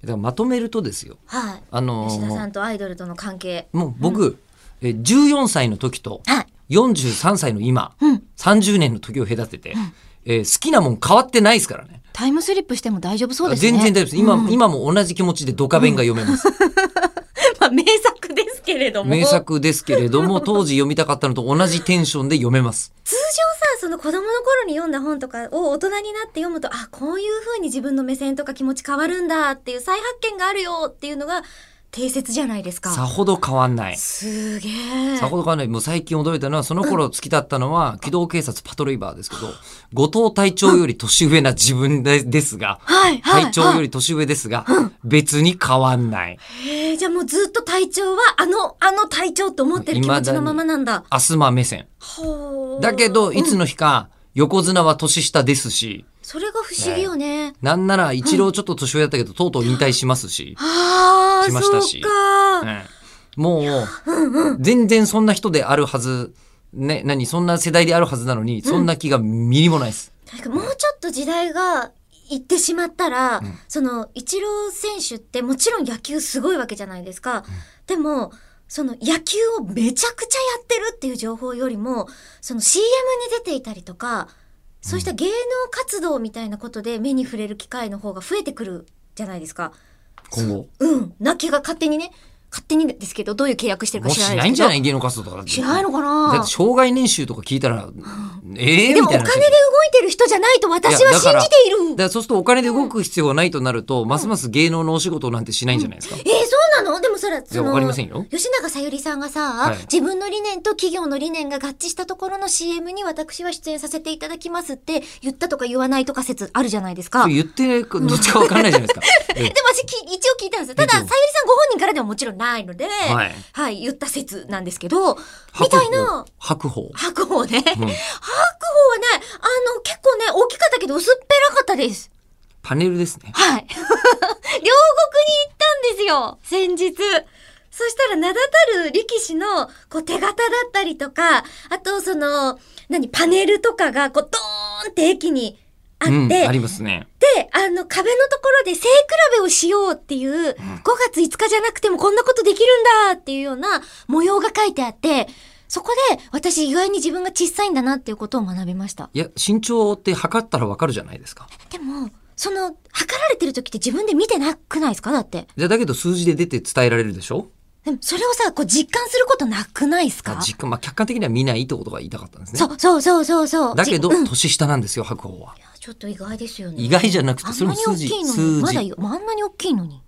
だからまとめるとですよ、 はい、吉田さんとアイドルとの関係、 もう僕、14歳の時と43歳の今、30年の時を隔てて、好きなもん変わってないですからね。 タイムスリップしても大丈夫そうですね。 全然大丈夫です。今も同じ気持ちでドカベンが読めます。 まあ、名作ですけれども。 名作ですけれども、当時読みたかったのと同じテンションで読めます。 通常さ、その子供の頃に読んだ本とかを大人になって読むと、あ、こういう風に自分の目線とか気持ち変わるんだっていう再発見があるよっていうのが定説じゃないですか。 さほど変わんない。 すげえ。 さほど変わんない。もう最近驚いたのは、その頃好きだったのは機動警察パトレイバーですけど、後藤隊長より年上な自分ですが、隊長より年上ですが、別に変わんない。 じゃあもうずっと隊長はあの隊長と思ってる気持ちのままなんだ。 アスマ目線。だけどいつの日か横綱は年下ですし、 それが不思議よね。 なんなら一郎ちょっと年上だったけど、とうとう引退しますし、しましたし、もう全然そんな人であるはずね、そんな世代であるはずなのに、そんな気がミリもないです。 もうちょっと時代が行ってしまったら、そのイチロー選手ってもちろん野球すごいわけじゃないですか。でもその野球をめちゃくちゃやってるっていう情報よりも、その CM に出ていたりとか、そうした芸能活動みたいなことで目に触れる機会の方が増えてくるじゃないですか。 今後。 な気が勝手にですけど、どういう契約してるか知らないですけど。 もうしないんじゃない？芸能活動とか。 しないのかな。 だって障害年収とか聞いたら、 でもお金で動いてる人じゃないと私は信じている。 だからそうするとお金で動く必要がないとなると、ますます芸能のお仕事なんてしないんじゃないですか。 そうなの？でもそれはわかりませんよ。 吉永小百合さんがさ、自分の理念と企業の理念が合致したところの CM に私は出演させていただきますって言ったとか言わないとか説あるじゃないですか。 言ってどっちかわかんないじゃないですか。 でも私一応聞いたんですよ。ただ小百合さんご本人からではもちろんないので、言った説なんですけど、みたいな。 白鵬ね。 白鵬はね、結構ね大きかったけど薄っぺらかったです。 パネルですね。 はい。両国に行ったんですよ、先日。そしたら名だたる力士の手形だったりとか、あとパネルとかがドーンって駅にあって、 ありますね。 で、壁のところで背比べをしようっていう、5月5日じゃなくてもこんなことできるんだっていうような模様が書いてあって、そこで私意外に自分が小さいんだなっていうことを学びました。 いや、身長って測ったらわかるじゃないですか。 でも、測られてる時って自分で見てなくないですか？だって。 だけど数字で出て伝えられるでしょ？ でもそれをさ、実感することなくないですか？ 客観的には見ないってことが言いたかったんですね。 そう。 だけど、年下なんですよ、白鵬は。 いや、ちょっと意外ですよね。 意外じゃなくて、それも数字。 まだあんなに大きいのに。